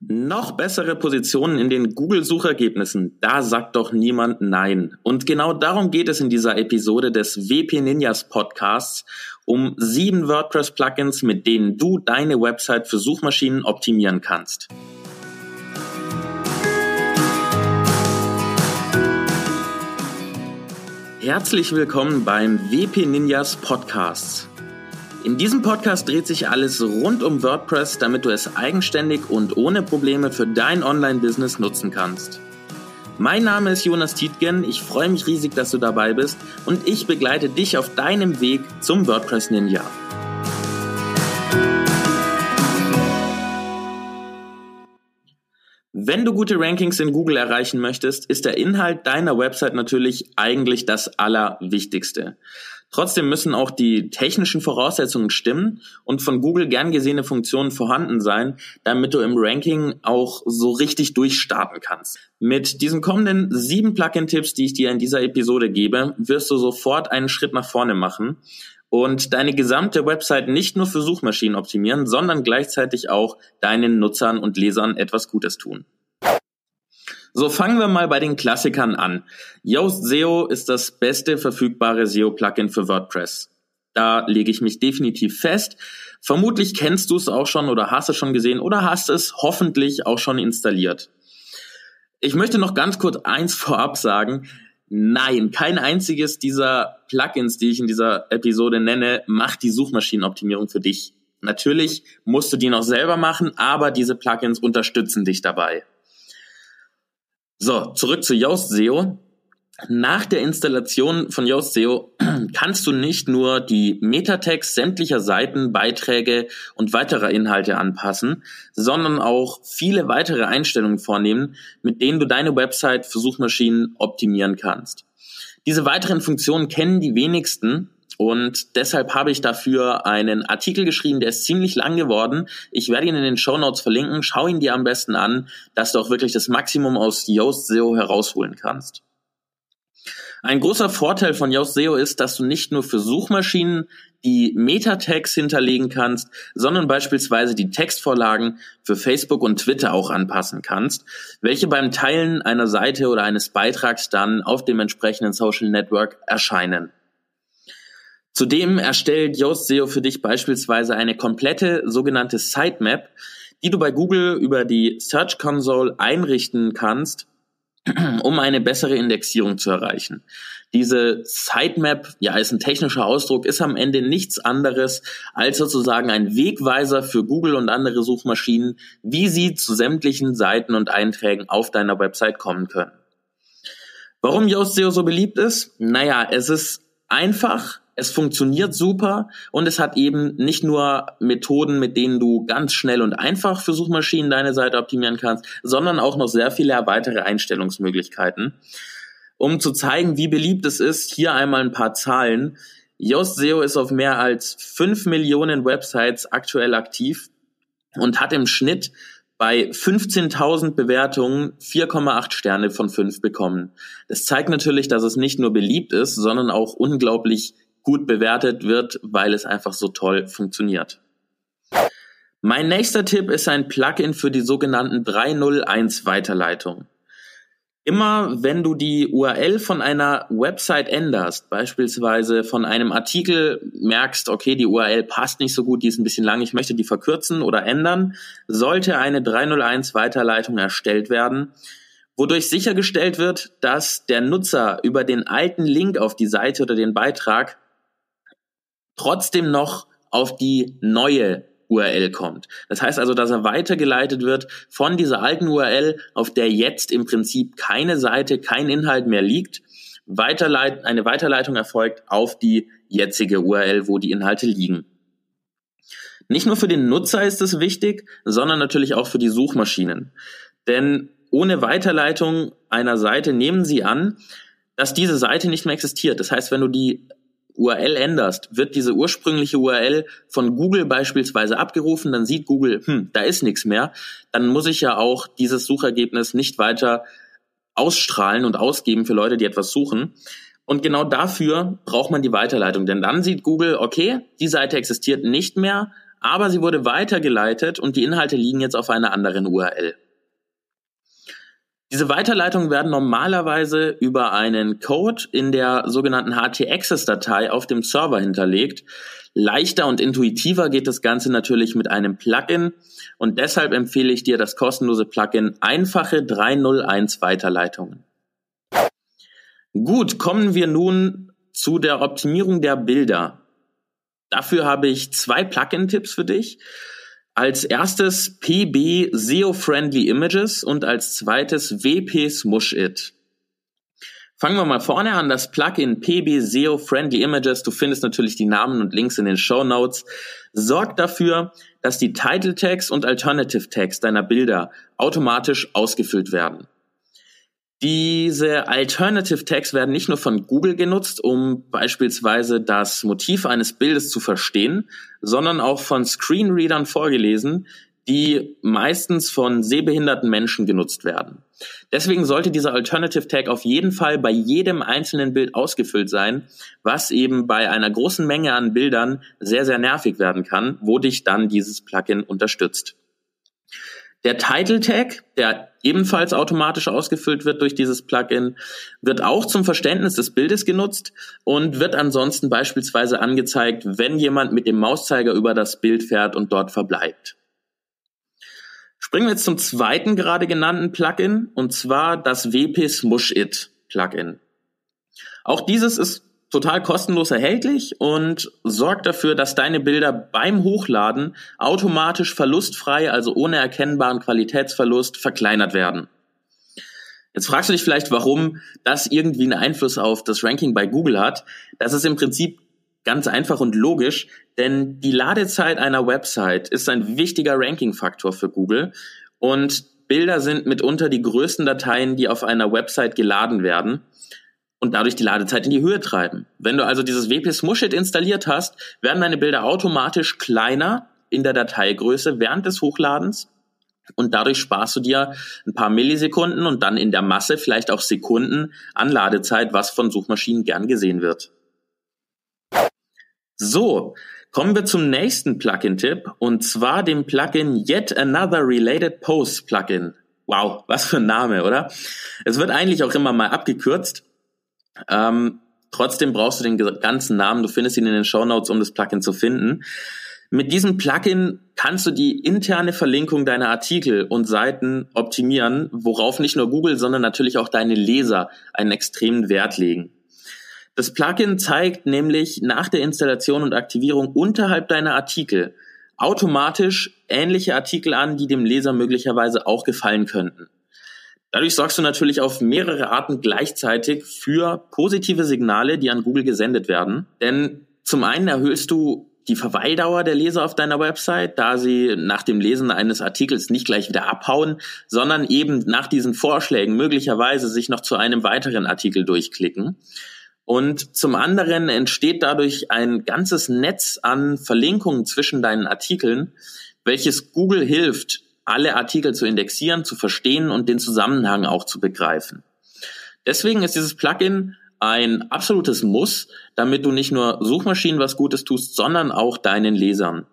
Noch bessere Positionen in den Google-Suchergebnissen, da sagt doch niemand Nein. Und genau darum geht es in dieser Episode des WP Ninjas Podcasts, um 7 WordPress-Plugins, mit denen du deine Website für Suchmaschinen optimieren kannst. Herzlich willkommen beim WP Ninjas Podcasts. In diesem Podcast dreht sich alles rund um WordPress, damit du es eigenständig und ohne Probleme für dein Online-Business nutzen kannst. Mein Name ist Jonas Tietgen, ich freue mich riesig, dass du dabei bist und ich begleite dich auf deinem Weg zum WordPress Ninja. Wenn du gute Rankings in Google erreichen möchtest, ist der Inhalt deiner Website natürlich eigentlich das Allerwichtigste. Trotzdem müssen auch die technischen Voraussetzungen stimmen und von Google gern gesehene Funktionen vorhanden sein, damit du im Ranking auch so richtig durchstarten kannst. Mit diesen kommenden 7 Plugin-Tipps, die ich dir in dieser Episode gebe, wirst du sofort einen Schritt nach vorne machen und deine gesamte Website nicht nur für Suchmaschinen optimieren, sondern gleichzeitig auch deinen Nutzern und Lesern etwas Gutes tun. So, fangen wir mal bei den Klassikern an. Yoast SEO ist das beste verfügbare SEO-Plugin für WordPress. Da lege ich mich definitiv fest. Vermutlich kennst du es auch schon oder hast es schon gesehen oder hast es hoffentlich auch schon installiert. Ich möchte noch ganz kurz eins vorab sagen. Nein, kein einziges dieser Plugins, die ich in dieser Episode nenne, macht die Suchmaschinenoptimierung für dich. Natürlich musst du die noch selber machen, aber diese Plugins unterstützen dich dabei. So, zurück zu Yoast SEO. Nach der Installation von Yoast SEO kannst du nicht nur die Metatext sämtlicher Seiten, Beiträge und weiterer Inhalte anpassen, sondern auch viele weitere Einstellungen vornehmen, mit denen du deine Website für Suchmaschinen optimieren kannst. Diese weiteren Funktionen kennen die wenigsten und deshalb habe ich dafür einen Artikel geschrieben, der ist ziemlich lang geworden. Ich werde ihn in den Shownotes verlinken. Schau ihn dir am besten an, dass du auch wirklich das Maximum aus Yoast SEO herausholen kannst. Ein großer Vorteil von Yoast SEO ist, dass du nicht nur für Suchmaschinen die Metatext hinterlegen kannst, sondern beispielsweise die Textvorlagen für Facebook und Twitter auch anpassen kannst, welche beim Teilen einer Seite oder eines Beitrags dann auf dem entsprechenden Social Network erscheinen. Zudem erstellt Yoast SEO für dich beispielsweise eine komplette sogenannte Sitemap, die du bei Google über die Search Console einrichten kannst, um eine bessere Indexierung zu erreichen. Diese Sitemap, ist ein technischer Ausdruck, ist am Ende nichts anderes als sozusagen ein Wegweiser für Google und andere Suchmaschinen, wie sie zu sämtlichen Seiten und Einträgen auf deiner Website kommen können. Warum Yoast SEO so beliebt ist? Es ist einfach, es funktioniert super und es hat eben nicht nur Methoden, mit denen du ganz schnell und einfach für Suchmaschinen deine Seite optimieren kannst, sondern auch noch sehr viele weitere Einstellungsmöglichkeiten. Um zu zeigen, wie beliebt es ist, hier einmal ein paar Zahlen. Yoast SEO ist auf mehr als 5 Millionen Websites aktuell aktiv und hat im Schnitt bei 15.000 Bewertungen 4,8 Sterne von 5 bekommen. Das zeigt natürlich, dass es nicht nur beliebt ist, sondern auch unglaublich gut bewertet wird, weil es einfach so toll funktioniert. Mein nächster Tipp ist ein Plugin für die sogenannten 301 Weiterleitung. Immer wenn du die URL von einer Website änderst, beispielsweise von einem Artikel merkst, okay, die URL passt nicht so gut, die ist ein bisschen lang, ich möchte die verkürzen oder ändern, sollte eine 301 Weiterleitung erstellt werden, wodurch sichergestellt wird, dass der Nutzer über den alten Link auf die Seite oder den Beitrag trotzdem noch auf die neue URL kommt. Das heißt also, dass er weitergeleitet wird von dieser alten URL, auf der jetzt im Prinzip keine Seite, kein Inhalt mehr liegt. Eine Weiterleitung erfolgt auf die jetzige URL, wo die Inhalte liegen. Nicht nur für den Nutzer ist es wichtig, sondern natürlich auch für die Suchmaschinen. Denn ohne Weiterleitung einer Seite nehmen sie an, dass diese Seite nicht mehr existiert. Das heißt, wenn du die URL änderst, wird diese ursprüngliche URL von Google beispielsweise abgerufen, dann sieht Google, da ist nichts mehr, dann muss ich ja auch dieses Suchergebnis nicht weiter ausstrahlen und ausgeben für Leute, die etwas suchen. Und genau dafür braucht man die Weiterleitung, denn dann sieht Google, okay, die Seite existiert nicht mehr, aber sie wurde weitergeleitet und die Inhalte liegen jetzt auf einer anderen URL. Diese Weiterleitungen werden normalerweise über einen Code in der sogenannten htaccess-Datei auf dem Server hinterlegt. Leichter und intuitiver geht das Ganze natürlich mit einem Plugin und deshalb empfehle ich dir das kostenlose Plugin Einfache 301 Weiterleitungen. Gut, kommen wir nun zu der Optimierung der Bilder. Dafür habe ich 2 Plugin-Tipps für dich. Als erstes PB SEO Friendly Images und als zweites WP Smush It. Fangen wir mal vorne an, das Plugin PB SEO Friendly Images, du findest natürlich die Namen und Links in den Shownotes, sorgt dafür, dass die Title Tags und Alternative Tags deiner Bilder automatisch ausgefüllt werden. Diese Alternative Tags werden nicht nur von Google genutzt, um beispielsweise das Motiv eines Bildes zu verstehen, sondern auch von Screenreadern vorgelesen, die meistens von sehbehinderten Menschen genutzt werden. Deswegen sollte dieser Alternative Tag auf jeden Fall bei jedem einzelnen Bild ausgefüllt sein, was eben bei einer großen Menge an Bildern sehr, sehr nervig werden kann, wo dich dann dieses Plugin unterstützt. Der Title Tag, der ebenfalls automatisch ausgefüllt wird durch dieses Plugin, wird auch zum Verständnis des Bildes genutzt und wird ansonsten beispielsweise angezeigt, wenn jemand mit dem Mauszeiger über das Bild fährt und dort verbleibt. Springen wir jetzt zum zweiten gerade genannten Plugin, und zwar das WP Smush It Plugin. Auch dieses ist total kostenlos erhältlich und sorgt dafür, dass deine Bilder beim Hochladen automatisch verlustfrei, also ohne erkennbaren Qualitätsverlust, verkleinert werden. Jetzt fragst du dich vielleicht, warum das irgendwie einen Einfluss auf das Ranking bei Google hat. Das ist im Prinzip ganz einfach und logisch, denn die Ladezeit einer Website ist ein wichtiger Ranking-Faktor für Google und Bilder sind mitunter die größten Dateien, die auf einer Website geladen werden und dadurch die Ladezeit in die Höhe treiben. Wenn du also dieses WP Smush It installiert hast, werden deine Bilder automatisch kleiner in der Dateigröße während des Hochladens und dadurch sparst du dir ein paar Millisekunden und dann in der Masse vielleicht auch Sekunden an Ladezeit, was von Suchmaschinen gern gesehen wird. So, kommen wir zum nächsten Plugin-Tipp und zwar dem Plugin Yet Another Related Post Plugin. Wow, was für ein Name, oder? Es wird eigentlich auch immer mal abgekürzt. Trotzdem brauchst du den ganzen Namen, du findest ihn in den Shownotes, um das Plugin zu finden. Mit diesem Plugin kannst du die interne Verlinkung deiner Artikel und Seiten optimieren, worauf nicht nur Google, sondern natürlich auch deine Leser einen extremen Wert legen. Das Plugin zeigt nämlich nach der Installation und Aktivierung unterhalb deiner Artikel automatisch ähnliche Artikel an, die dem Leser möglicherweise auch gefallen könnten. Dadurch sorgst du natürlich auf mehrere Arten gleichzeitig für positive Signale, die an Google gesendet werden. Denn zum einen erhöhst du die Verweildauer der Leser auf deiner Website, da sie nach dem Lesen eines Artikels nicht gleich wieder abhauen, sondern eben nach diesen Vorschlägen möglicherweise sich noch zu einem weiteren Artikel durchklicken. Und zum anderen entsteht dadurch ein ganzes Netz an Verlinkungen zwischen deinen Artikeln, welches Google hilft, alle Artikel zu indexieren, zu verstehen und den Zusammenhang auch zu begreifen. Deswegen ist dieses Plugin ein absolutes Muss, damit du nicht nur Suchmaschinen was Gutes tust, sondern auch deinen Lesern.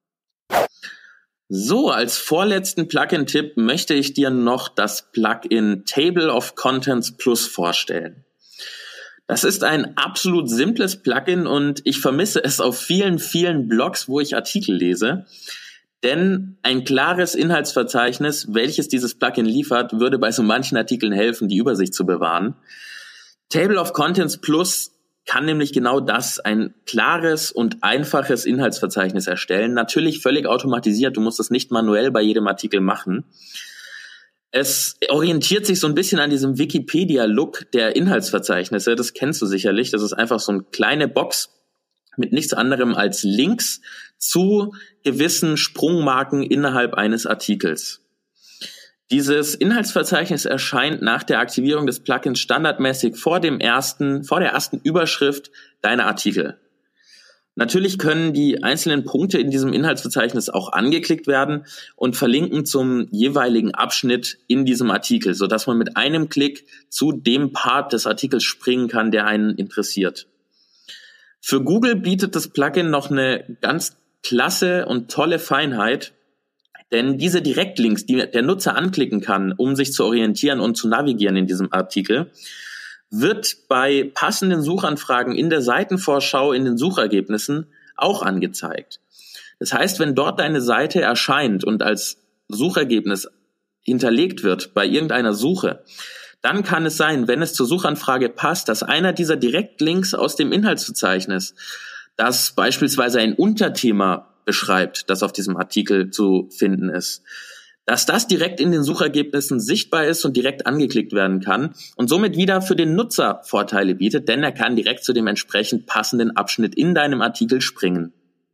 So, als vorletzten Plugin-Tipp möchte ich dir noch das Plugin Table of Contents Plus vorstellen. Das ist ein absolut simples Plugin und ich vermisse es auf vielen, vielen Blogs, wo ich Artikel lese. Denn ein klares Inhaltsverzeichnis, welches dieses Plugin liefert, würde bei so manchen Artikeln helfen, die Übersicht zu bewahren. Table of Contents Plus kann nämlich genau das, ein klares und einfaches Inhaltsverzeichnis erstellen. Natürlich völlig automatisiert, du musst es nicht manuell bei jedem Artikel machen. Es orientiert sich so ein bisschen an diesem Wikipedia-Look der Inhaltsverzeichnisse, das kennst du sicherlich. Das ist einfach so eine kleine Box mit nichts anderem als Links zu gewissen Sprungmarken innerhalb eines Artikels. Dieses Inhaltsverzeichnis erscheint nach der Aktivierung des Plugins standardmäßig vor der ersten Überschrift deiner Artikel. Natürlich können die einzelnen Punkte in diesem Inhaltsverzeichnis auch angeklickt werden und verlinken zum jeweiligen Abschnitt in diesem Artikel, sodass man mit einem Klick zu dem Part des Artikels springen kann, der einen interessiert. Für Google bietet das Plugin noch eine ganz klasse und tolle Feinheit, denn diese Direktlinks, die der Nutzer anklicken kann, um sich zu orientieren und zu navigieren in diesem Artikel, wird bei passenden Suchanfragen in der Seitenvorschau in den Suchergebnissen auch angezeigt. Das heißt, wenn dort deine Seite erscheint und als Suchergebnis hinterlegt wird bei irgendeiner Suche, dann kann es sein, wenn es zur Suchanfrage passt, dass einer dieser Direktlinks aus dem Inhaltsverzeichnis, das beispielsweise ein Unterthema beschreibt, das auf diesem Artikel zu finden ist, dass das direkt in den Suchergebnissen sichtbar ist und direkt angeklickt werden kann und somit wieder für den Nutzer Vorteile bietet, denn er kann direkt zu dem entsprechend passenden Abschnitt in deinem Artikel springen.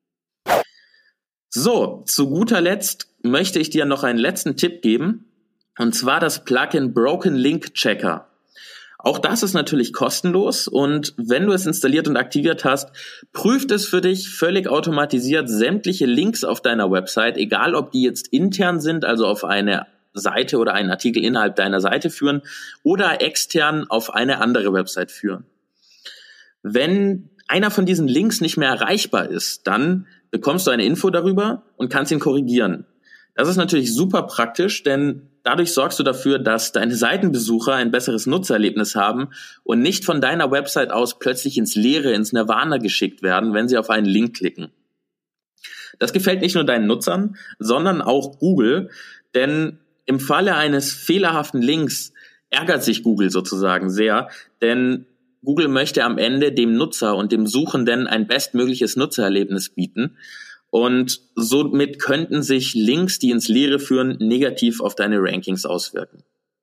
So, zu guter Letzt möchte ich dir noch einen letzten Tipp geben, und zwar das Plugin Broken Link Checker. Auch das ist natürlich kostenlos und wenn du es installiert und aktiviert hast, prüft es für dich völlig automatisiert sämtliche Links auf deiner Website, egal ob die jetzt intern sind, also auf eine Seite oder einen Artikel innerhalb deiner Seite führen oder extern auf eine andere Website führen. Wenn einer von diesen Links nicht mehr erreichbar ist, dann bekommst du eine Info darüber und kannst ihn korrigieren. Das ist natürlich super praktisch, denn dadurch sorgst du dafür, dass deine Seitenbesucher ein besseres Nutzererlebnis haben und nicht von deiner Website aus plötzlich ins Leere, ins Nirvana geschickt werden, wenn sie auf einen Link klicken. Das gefällt nicht nur deinen Nutzern, sondern auch Google, denn im Falle eines fehlerhaften Links ärgert sich Google sozusagen sehr, denn Google möchte am Ende dem Nutzer und dem Suchenden ein bestmögliches Nutzererlebnis bieten. Und somit könnten sich Links, die ins Leere führen, negativ auf deine Rankings auswirken.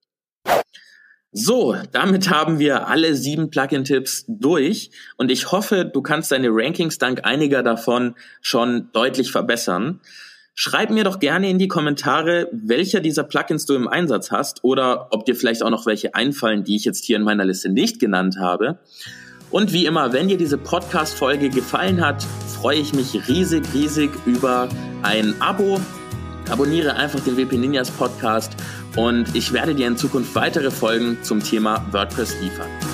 So, damit haben wir alle 7 Plugin-Tipps durch und ich hoffe, du kannst deine Rankings dank einiger davon schon deutlich verbessern. Schreib mir doch gerne in die Kommentare, welcher dieser Plugins du im Einsatz hast oder ob dir vielleicht auch noch welche einfallen, die ich jetzt hier in meiner Liste nicht genannt habe. Und wie immer, wenn dir diese Podcast-Folge gefallen hat, freue ich mich riesig über ein Abo. Abonniere einfach den WP Ninjas Podcast und ich werde dir in Zukunft weitere Folgen zum Thema WordPress liefern.